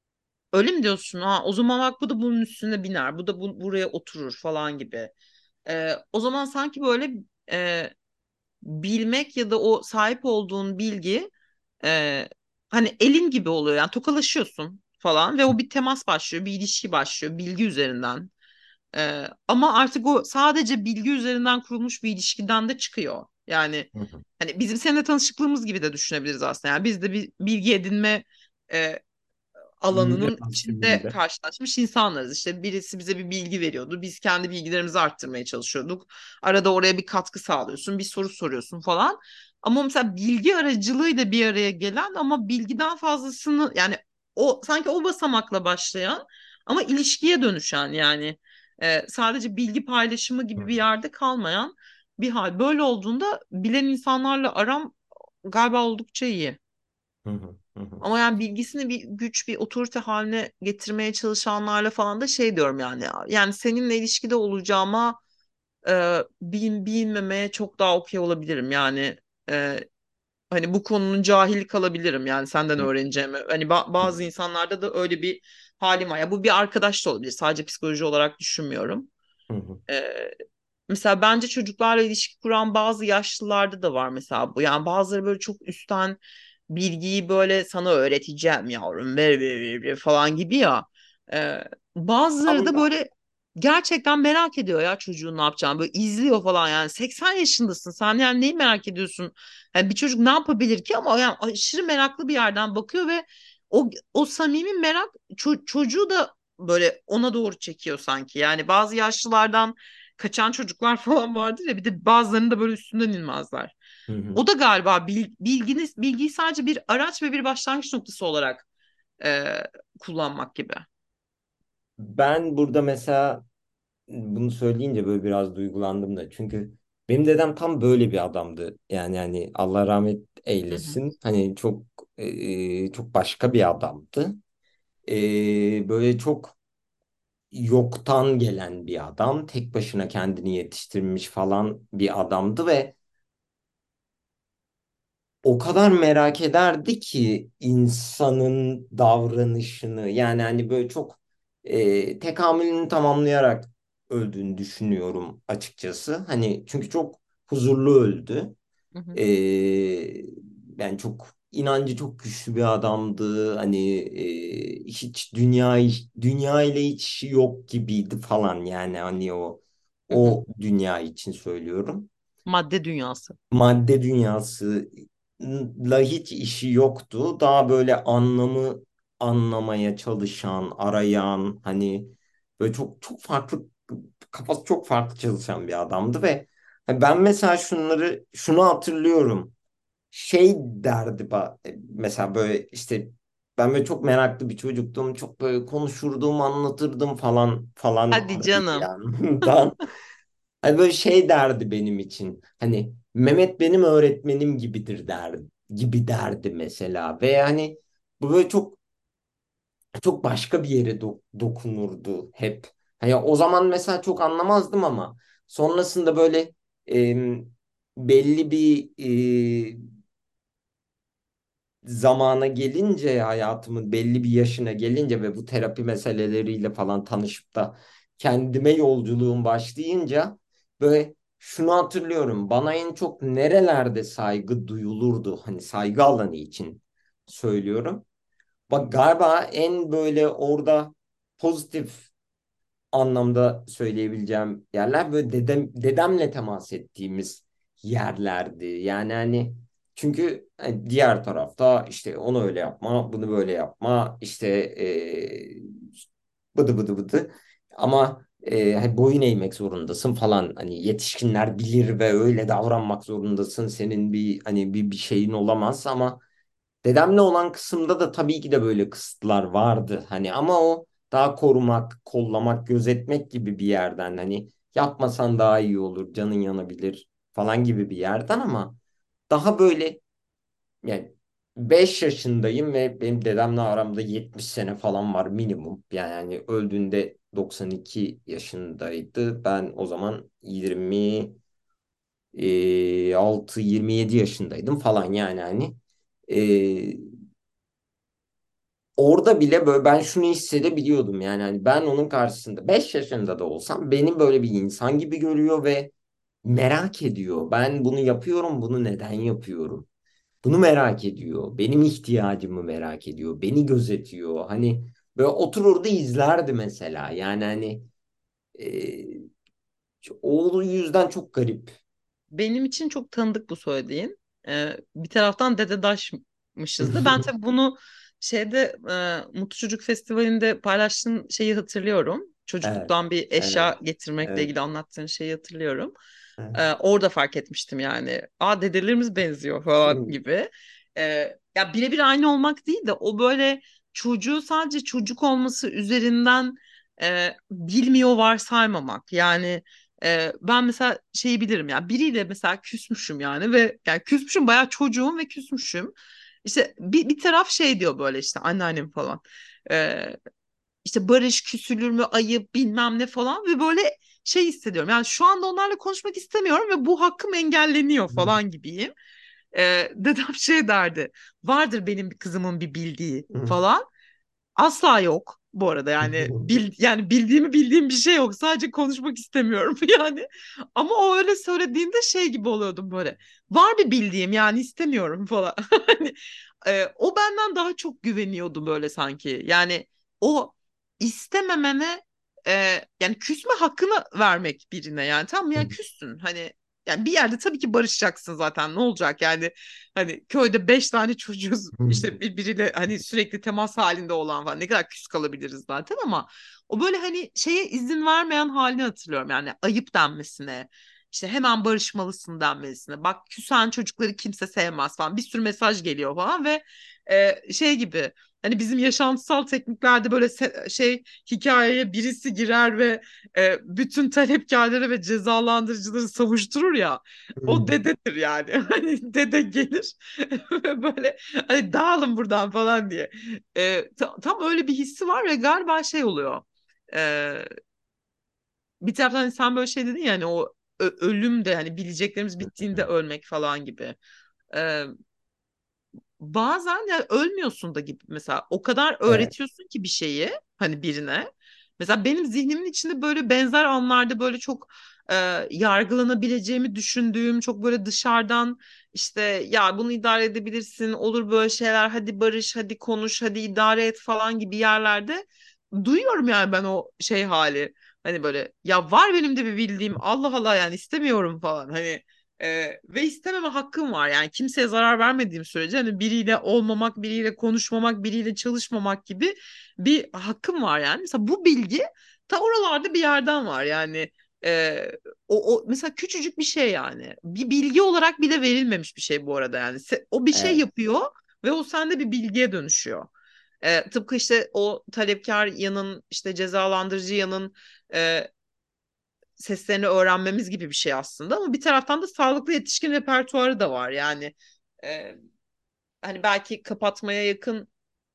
öyle mi diyorsun? Ha, o zaman bak bu da bunun üstüne biner. Bu da bu, buraya oturur falan gibi. E, o zaman sanki böyle e, bilmek ya da o sahip olduğun bilgi e, hani elin gibi oluyor. Yani tokalaşıyorsun falan ve o bir temas başlıyor, bir ilişki başlıyor bilgi üzerinden. Ee, ama artık o sadece bilgi üzerinden kurulmuş bir ilişkiden de çıkıyor. Yani Hı hı. hani bizim seninle tanışıklığımız gibi de düşünebiliriz aslında. Yani biz de bir bilgi edinme e, alanının içinde Münasibinde. karşılaşmış insanlarız. İşte birisi bize bir bilgi veriyordu. Biz kendi bilgilerimizi arttırmaya çalışıyorduk. Arada oraya bir katkı sağlıyorsun, bir soru soruyorsun falan. Ama mesela bilgi aracılığıyla bir araya gelen ama bilgiden fazlasını yani o sanki o basamakla başlayan ama ilişkiye dönüşen yani e, sadece bilgi paylaşımı Hı gibi bir hı. yerde kalmayan bir hal. Böyle olduğunda bilen insanlarla aram galiba oldukça iyi. Hı hı. Hı hı. Ama yani bilgisini bir güç, bir otorite haline getirmeye çalışanlarla falan da şey diyorum yani. Yani seninle ilişkide olacağıma e, bil, bilmemeye çok daha okey olabilirim. Yani e, hani bu konunun cahil kalabilirim. Yani senden öğreneceğimi. Hani ba- Hı bazı insanlarda da öyle bir halim var. Ya bu bir arkadaş da olabilir. Sadece psikoloji olarak düşünmüyorum. hı. E, Mesela bence çocuklarla ilişki kuran bazı yaşlılarda da var mesela bu. Yani bazıları böyle çok üstten bilgiyi böyle sana öğreteceğim yavrum ver ver ver ver falan gibi ya. Ee, Bazıları da Ama böyle gerçekten merak ediyor ya çocuğun ne yapacağını böyle izliyor falan yani seksen yaşındasın sen yani neyi merak ediyorsun? Yani bir çocuk ne yapabilir ki ama yani aşırı meraklı bir yerden bakıyor ve o o samimi merak ço- çocuğu da böyle ona doğru çekiyor sanki. Yani bazı yaşlılardan kaçan çocuklar falan vardır ya bir de bazılarının da böyle üstünden inmezler. hı hı. O da galiba bil- bilginiz, bilgiyi sadece bir araç ve bir başlangıç noktası olarak e, kullanmak gibi. Ben burada mesela bunu söyleyince böyle biraz duygulandım da. Çünkü benim dedem tam böyle bir adamdı. Yani yani Allah rahmet Hı hı. eylesin. Hani çok e, çok başka bir adamdı. E, böyle çok yoktan gelen bir adam. Tek başına kendini yetiştirmiş falan bir adamdı ve o kadar merak ederdi ki insanın davranışını. Yani hani böyle çok e, tekamülünü tamamlayarak öldüğünü düşünüyorum açıkçası. Hani çünkü çok huzurlu öldü. Hı hı. E, Yani çok inancı çok güçlü bir adamdı. Hani e, hiç dünya dünya ile hiç işi yok gibiydi falan yani hani o Hı hı. o dünya için söylüyorum. Madde dünyası. Madde dünyasıyla hiç işi yoktu. Daha böyle anlamı anlamaya çalışan, arayan, hani böyle çok çok farklı, kafası çok farklı çalışan bir adamdı ve hani ben mesela şunları şunu hatırlıyorum. Şey derdi ba- mesela böyle işte ben böyle çok meraklı bir çocuktum. Çok böyle konuşurdum, anlatırdım falan falan Hadi vardı bir canım. yandan. Hani böyle şey derdi benim için. Hani Mehmet benim öğretmenim gibidir der gibi derdi mesela. Ve hani bu böyle çok çok başka bir yere do- dokunurdu hep. Hani o zaman mesela çok anlamazdım ama sonrasında böyle em, belli bir e, zamana gelince hayatımın belli bir yaşına gelince ve bu terapi meseleleriyle falan tanışıp da kendime yolculuğum başlayınca böyle şunu hatırlıyorum. Bana en çok nerelerde saygı duyulurdu? Hani saygı alanı için söylüyorum. Bak galiba en böyle orada pozitif anlamda söyleyebileceğim yerler böyle dedem, dedemle temas ettiğimiz yerlerdi. Yani hani çünkü hani diğer tarafta işte onu öyle yapma, bunu böyle yapma, işte e, bıdı bıdı bıdı. Ama e, hani boyun eğmek zorundasın falan. Hani yetişkinler bilir ve öyle davranmak zorundasın. Senin bir hani bir, bir şeyin olamaz ama dedemle olan kısımda da tabii ki de böyle kısıtlar vardı. Hani ama o daha korumak, kollamak, gözetmek gibi bir yerden hani yapmasan daha iyi olur, canın yanabilir falan gibi bir yerden ama daha böyle yani beş yaşındayım ve benim dedemle aramda yetmiş sene falan var minimum. Yani hani öldüğünde doksan iki yaşındaydı. Ben o zaman yirmi altı yirmi yedi yaşındaydım falan yani hani. Ee, Orada bile böyle ben şunu hissedebiliyordum yani hani ben onun karşısında beş yaşında da olsam benim böyle bir insan gibi görüyor ve merak ediyor. Ben bunu yapıyorum, bunu neden yapıyorum? Bunu merak ediyor. Benim ihtiyacımı merak ediyor. Beni gözetiyor. Hani böyle otururdu izlerdi mesela. Yani hani e, o yüzden çok garip. Benim için çok tanıdık bu söylediğin. Ee, bir taraftan dededaşmışız da. Ben tabii bunu şeyde e, Mutlu Çocuk Festivali'nde paylaştığın şeyi hatırlıyorum. Evet, Çocukluktan bir evet, eşya getirmekle evet, ilgili anlattığın şeyi hatırlıyorum. evet. Ee, orada fark etmiştim yani. Aa, dedelerimiz benziyor falan gibi. Ee, ya birebir aynı olmak değil de o böyle çocuğu sadece çocuk olması üzerinden e, bilmiyor varsaymamak. Yani ee, ben mesela şeyi bilirim ya, biriyle mesela küsmüşüm yani ve yani küsmüşüm, bayağı çocuğum ve küsmüşüm. İşte bir, bir taraf şey diyor böyle, işte anneannem falan. Ee, işte barış küsülür mü, ayıp bilmem ne falan ve böyle şey hissediyorum. Yani şu anda onlarla konuşmak istemiyorum ve bu hakkım engelleniyor falan gibiyim. Ee, dedem şey derdi, vardır benim kızımın bir bildiği falan. Asla yok bu arada, yani bil, yani bildiğimi bildiğim bir şey yok. Sadece konuşmak istemiyorum yani. Ama o öyle söylediğinde şey gibi oluyordum böyle. Var bir bildiğim, yani istemiyorum falan. Hani e, o benden daha çok güveniyordu böyle sanki. Yani o istememene e, yani küsme hakkını vermek birine, yani tamam ya, küssün hani, yani bir yerde tabii ki barışacaksın zaten, ne olacak yani, hani köyde beş tane çocuğuz işte, birbiriyle hani sürekli temas halinde olan falan, ne kadar küs kalabiliriz zaten, ama o böyle hani şeye izin vermeyen halini hatırlıyorum, yani ayıp denmesine, işte hemen barışmalısın denmesine, bak küsen çocukları kimse sevmez falan, bir sürü mesaj geliyor falan ve e, şey gibi, hani bizim yaşantısal tekniklerde böyle se- şey hikayeye birisi girer ve e, bütün talepkarları ve cezalandırıcıları savuşturur ya, o dededir yani. Hani dede gelir ve böyle hani dağılın buradan falan diye. Ee, ta- tam öyle bir hissi var ve galiba şey oluyor. Ee, bir taraftan hani sen böyle şey dedin ya, hani o ö- ölüm de, hani bileceklerimiz bittiğinde ölmek falan gibi. Ee, bazen yani ölmüyorsun da gibi, mesela o kadar Evet, öğretiyorsun ki bir şeyi hani birine. Mesela benim zihnimin içinde böyle benzer anlarda böyle çok e, yargılanabileceğimi düşündüğüm, çok böyle dışarıdan işte ya bunu idare edebilirsin, olur böyle şeyler, hadi barış, hadi konuş, hadi idare et falan gibi yerlerde duyuyorum yani ben o şey hali. Hani böyle ya, var benim de bir bildiğim, Allah Allah yani istemiyorum falan hani. Ee, ve istememe hakkım var, yani kimseye zarar vermediğim sürece hani biriyle olmamak, biriyle konuşmamak, biriyle çalışmamak gibi bir hakkım var yani. Mesela bu bilgi ta oralarda bir yerden var yani. Ee, o, o mesela küçücük bir şey, yani bir bilgi olarak bile verilmemiş bir şey bu arada, yani Se- o bir şey evet, yapıyor ve o sende bir bilgiye dönüşüyor. Ee, tıpkı işte o talepkar yanın, işte cezalandırıcı yanın e, seslerini öğrenmemiz gibi bir şey aslında, ama bir taraftan da sağlıklı yetişkin repertuarı da var yani. e, hani belki kapatmaya yakın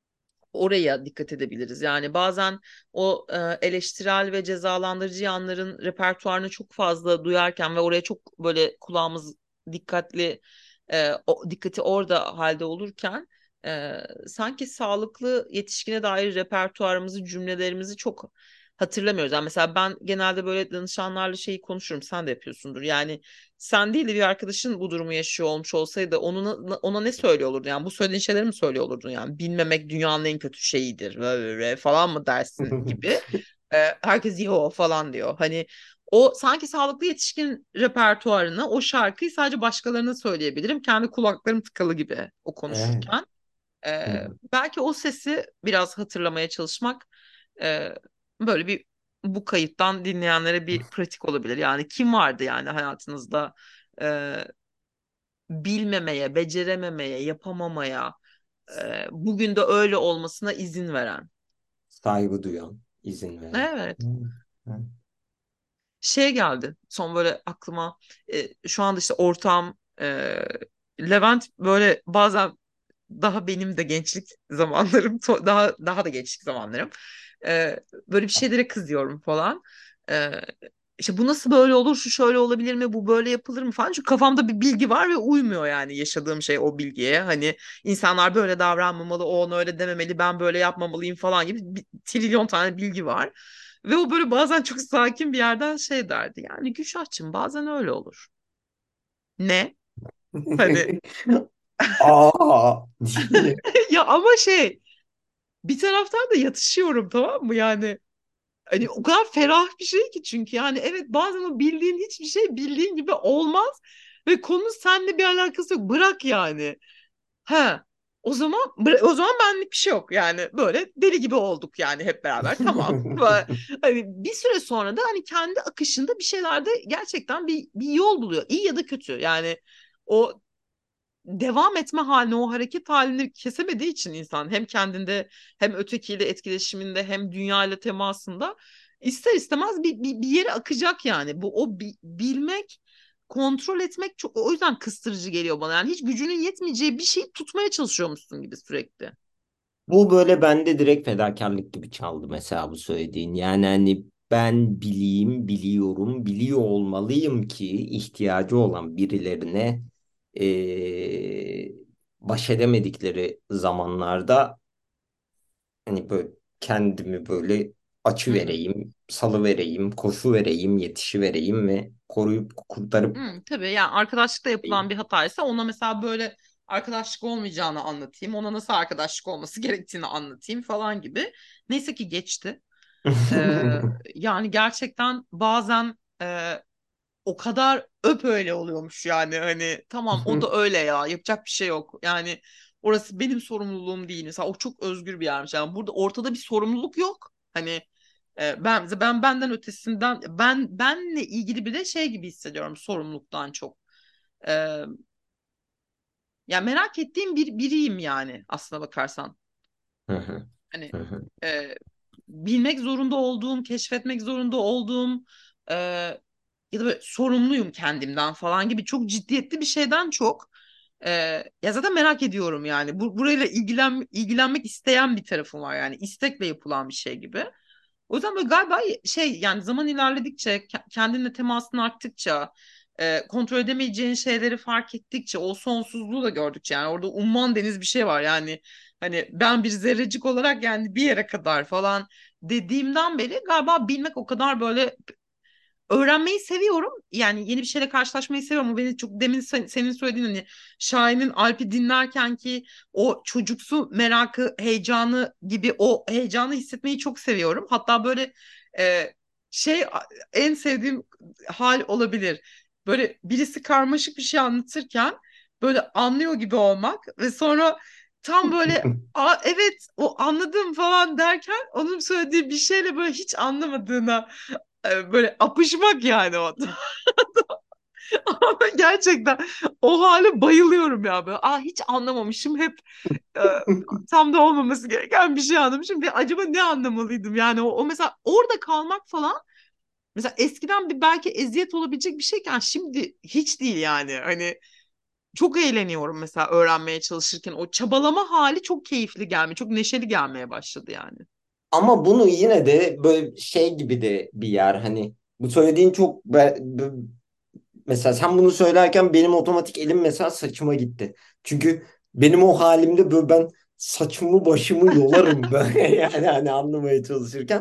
oraya dikkat edebiliriz. Yani bazen o e, eleştirel ve cezalandırıcı yanların repertuarını çok fazla duyarken ve oraya çok böyle kulağımız dikkatli, e, o, dikkati orada halde olurken e, sanki sağlıklı yetişkine dair repertuarımızı, cümlelerimizi çok hatırlamıyoruz. Yani mesela ben genelde böyle danışanlarla şeyi konuşurum. Sen de yapıyorsundur. Yani sen değil de bir arkadaşın bu durumu yaşıyor olmuş olsaydı onun, ona ne söylüyor olurdun? Yani bu söylediğin şeyleri mi söylüyor olurdun? Yani bilmemek dünyanın en kötü şeyidir böyle falan mı dersin gibi. Ee, herkes yo falan diyor. Hani o sanki sağlıklı yetişkin repertuarını, o şarkıyı sadece başkalarına söyleyebilirim. Kendi kulaklarım tıkalı gibi o Evet. konuşurken. Ee, belki o sesi biraz hatırlamaya çalışmak e, böyle bir, bu kayıttan dinleyenlere bir pratik olabilir. Yani kim vardı yani hayatınızda e, bilmemeye, becerememeye, yapamamaya, e, bugün de öyle olmasına izin veren. Saygı duyan, izin veren. Evet. Hmm. Evet. Şey geldi son böyle aklıma, e, şu anda işte ortağım e, Levent böyle bazen, daha benim de gençlik zamanlarım to- daha daha da gençlik zamanlarım, Ee, böyle bir şeylere kızıyorum falan. Ee, işte bu nasıl böyle olur, şu şöyle olabilir mi, bu böyle yapılır mı falan, çünkü kafamda bir bilgi var ve uymuyor yani yaşadığım şey o bilgiye. Hani insanlar böyle davranmamalı, o ona öyle dememeli, ben böyle yapmamalıyım falan gibi bir trilyon tane bilgi var. Ve o böyle bazen çok sakin bir yerden şey derdi, yani Gülşah'cığım bazen öyle olur. Ne? Hani Aa diye. ya ama şey, bir taraftan da yatışıyorum, tamam mı? Yani hani o kadar ferah bir şey ki, çünkü yani evet bazen o bildiğin hiçbir şey bildiğin gibi olmaz ve konu seninle bir alakası yok. Bırak yani. Ha. O zaman bıra- o zaman benlik bir şey yok. Yani böyle deli gibi olduk yani hep beraber. Tamam. Ve hani bir süre sonra da hani kendi akışında bir şeylerde gerçekten bir bir yol buluyor. İyi ya da kötü. Yani o devam etme halini, o hareket halini kesemediği için insan hem kendinde hem ötekiyle etkileşiminde hem dünya ile temasında ister istemez bir, bir, bir yere akacak yani. Bu o bi- bilmek, kontrol etmek çok, o yüzden kıstırıcı geliyor bana. Yani hiç gücünün yetmeyeceği bir şeyi tutmaya çalışıyormuşsun gibi sürekli. Bu böyle bende direkt fedakarlık gibi çaldı mesela bu söylediğin. Yani hani ben bileyim, biliyorum, biliyor olmalıyım ki ihtiyacı olan birilerine eee, baş edemedikleri zamanlarda hani böyle kendimi böyle açı Hı hı. vereyim, salı vereyim, koşu vereyim, yetişi vereyim ve koruyup kurtarıp Hı, tabii yani arkadaşlıkta yapılan bir hataysa ona mesela böyle arkadaşlık olmayacağını anlatayım. Ona nasıl arkadaşlık olması gerektiğini anlatayım falan gibi. Neyse ki geçti. Ee, yani gerçekten bazen e, o kadar öp öyle oluyormuş yani, hani tamam o da öyle ya, yapacak bir şey yok. Yani orası benim sorumluluğum değil. Mesela o çok özgür bir yermiş. Yani burada ortada bir sorumluluk yok. Hani e, ben ben benden ötesinden, ben benle ilgili bir de şey gibi hissediyorum sorumluluktan çok. Ee, ya merak ettiğim bir biriyim yani aslına bakarsan. Hani e, bilmek zorunda olduğum, keşfetmek zorunda olduğum e, ya da böyle sorumluyum kendimden falan gibi çok ciddiyetli bir şeyden çok e, ya zaten merak ediyorum yani. Bu, burayla ilgilen, ilgilenmek isteyen bir tarafım var yani, istekle yapılan bir şey gibi. O yüzden böyle galiba şey, yani zaman ilerledikçe, ke- kendinle temasın arttıkça, e, kontrol edemeyeceğin şeyleri fark ettikçe, o sonsuzluğu da gördükçe, yani orada umman deniz bir şey var yani, hani ben bir zerrecik olarak yani bir yere kadar falan dediğimden beri galiba bilmek o kadar böyle, öğrenmeyi seviyorum. Yani yeni bir şeyle karşılaşmayı seviyorum. O beni çok, demin sen- senin söylediğin hani Şahin'in Alp'i dinlerken ki o çocuksu merakı, heyecanı gibi o heyecanı hissetmeyi çok seviyorum. Hatta böyle e, şey, en sevdiğim hal olabilir. Böyle birisi karmaşık bir şey anlatırken böyle anlıyor gibi olmak ve sonra tam böyle Aa, evet o anladım falan derken onun söylediği bir şeyle böyle hiç anlamadığına e, böyle apışmak yani o. Ama gerçekten o hale bayılıyorum ya. Böyle, aa, hiç anlamamışım, hep e, tam da olmaması gereken bir şey anlamışım ve acaba ne anlamalıydım yani, o, o mesela orada kalmak falan, mesela eskiden bir belki eziyet olabilecek bir şeyken şimdi hiç değil yani. Hani çok eğleniyorum mesela öğrenmeye çalışırken, o çabalama hali çok keyifli gelmeye, çok neşeli gelmeye başladı yani. Ama bunu yine de böyle şey gibi de bir yer hani bu söylediğin çok be- be- mesela sen bunu söylerken benim otomatik elim mesela saçıma gitti. Çünkü benim o halimde böyle ben saçımı başımı yolarım böyle yani hani anlamaya çalışırken.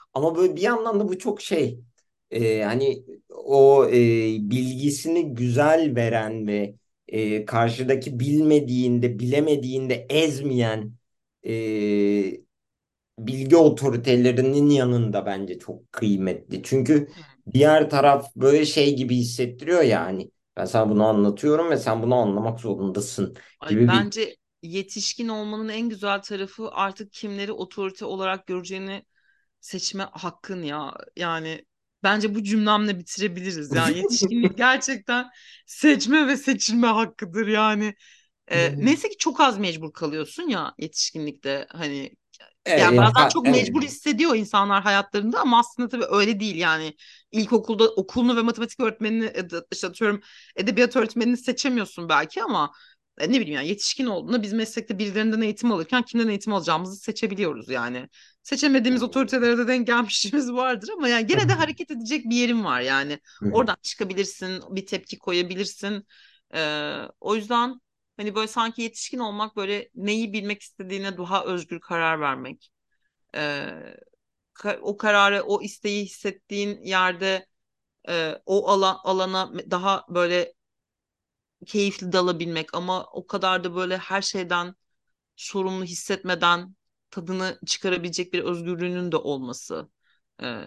Ama böyle bir yandan da bu çok şey, e, hani o e, bilgisini güzel veren ve e, karşıdaki bilmediğinde bilemediğinde ezmeyen e, bilgi otoritelerinin yanında bence çok kıymetli. Çünkü diğer taraf böyle şey gibi hissettiriyor yani. Ben sana bunu anlatıyorum ve sen bunu anlamak zorundasın Ay, gibi bir. bence yetişkin olmanın en güzel tarafı artık kimleri otorite olarak göreceğini seçme hakkın ya. Yani bence bu cümlemle bitirebiliriz. Yani yetişkinlik gerçekten seçme ve seçilme hakkıdır yani. Ee, neyse ki çok az mecbur kalıyorsun ya yetişkinlikte, hani Evet, yani ya, bazen ha- çok evet. mecbur hissediyor insanlar hayatlarında ama aslında tabii öyle değil yani. İlkokulda okulunu ve matematik öğretmenini, e, de- işte atıyorum edebiyat öğretmenini seçemiyorsun belki ama e, ne bileyim yani yetişkin olduğunda biz meslekte birilerinden eğitim alırken kimden eğitim alacağımızı seçebiliyoruz yani. Seçemediğimiz otoritelere de denk gelmişliğimiz vardır ama yani gene de hareket edecek bir yerin var yani. Oradan çıkabilirsin, bir tepki koyabilirsin. Ee, o yüzden hani böyle sanki yetişkin olmak böyle neyi bilmek istediğine daha özgür karar vermek. Ee, ka- o kararı, o isteği hissettiğin yerde e, o alan, alana daha böyle keyifli dalabilmek ama o kadar da böyle her şeyden sorumlu hissetmeden tadını çıkarabilecek bir özgürlüğünün de olması. Ee,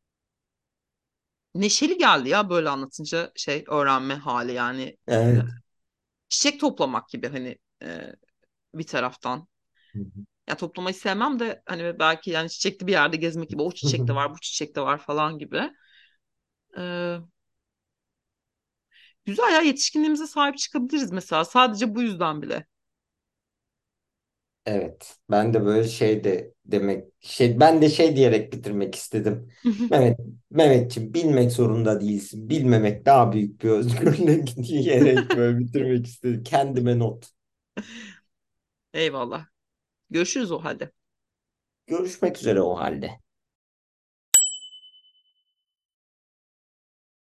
neşeli geldi ya böyle anlatınca şey öğrenme hali yani. Ee, Evet. çiçek toplamak gibi hani, e, bir taraftan. Ya toplamayı sevmem de hani belki yani çiçekli bir yerde gezmek gibi, o çiçek de var bu çiçek de var falan gibi. Ee, güzel ya, yetişkinliğimize sahip çıkabiliriz mesela sadece bu yüzden bile. Evet. Ben de böyle şey de demek şey ben de şey diyerek bitirmek istedim. Mehmet Mehmetciğim, bilmek zorunda değilsin. Bilmemek daha büyük bir özgürlük diyerek böyle bitirmek istedim. Kendime not. Eyvallah. Görüşürüz o halde. Görüşmek üzere o halde.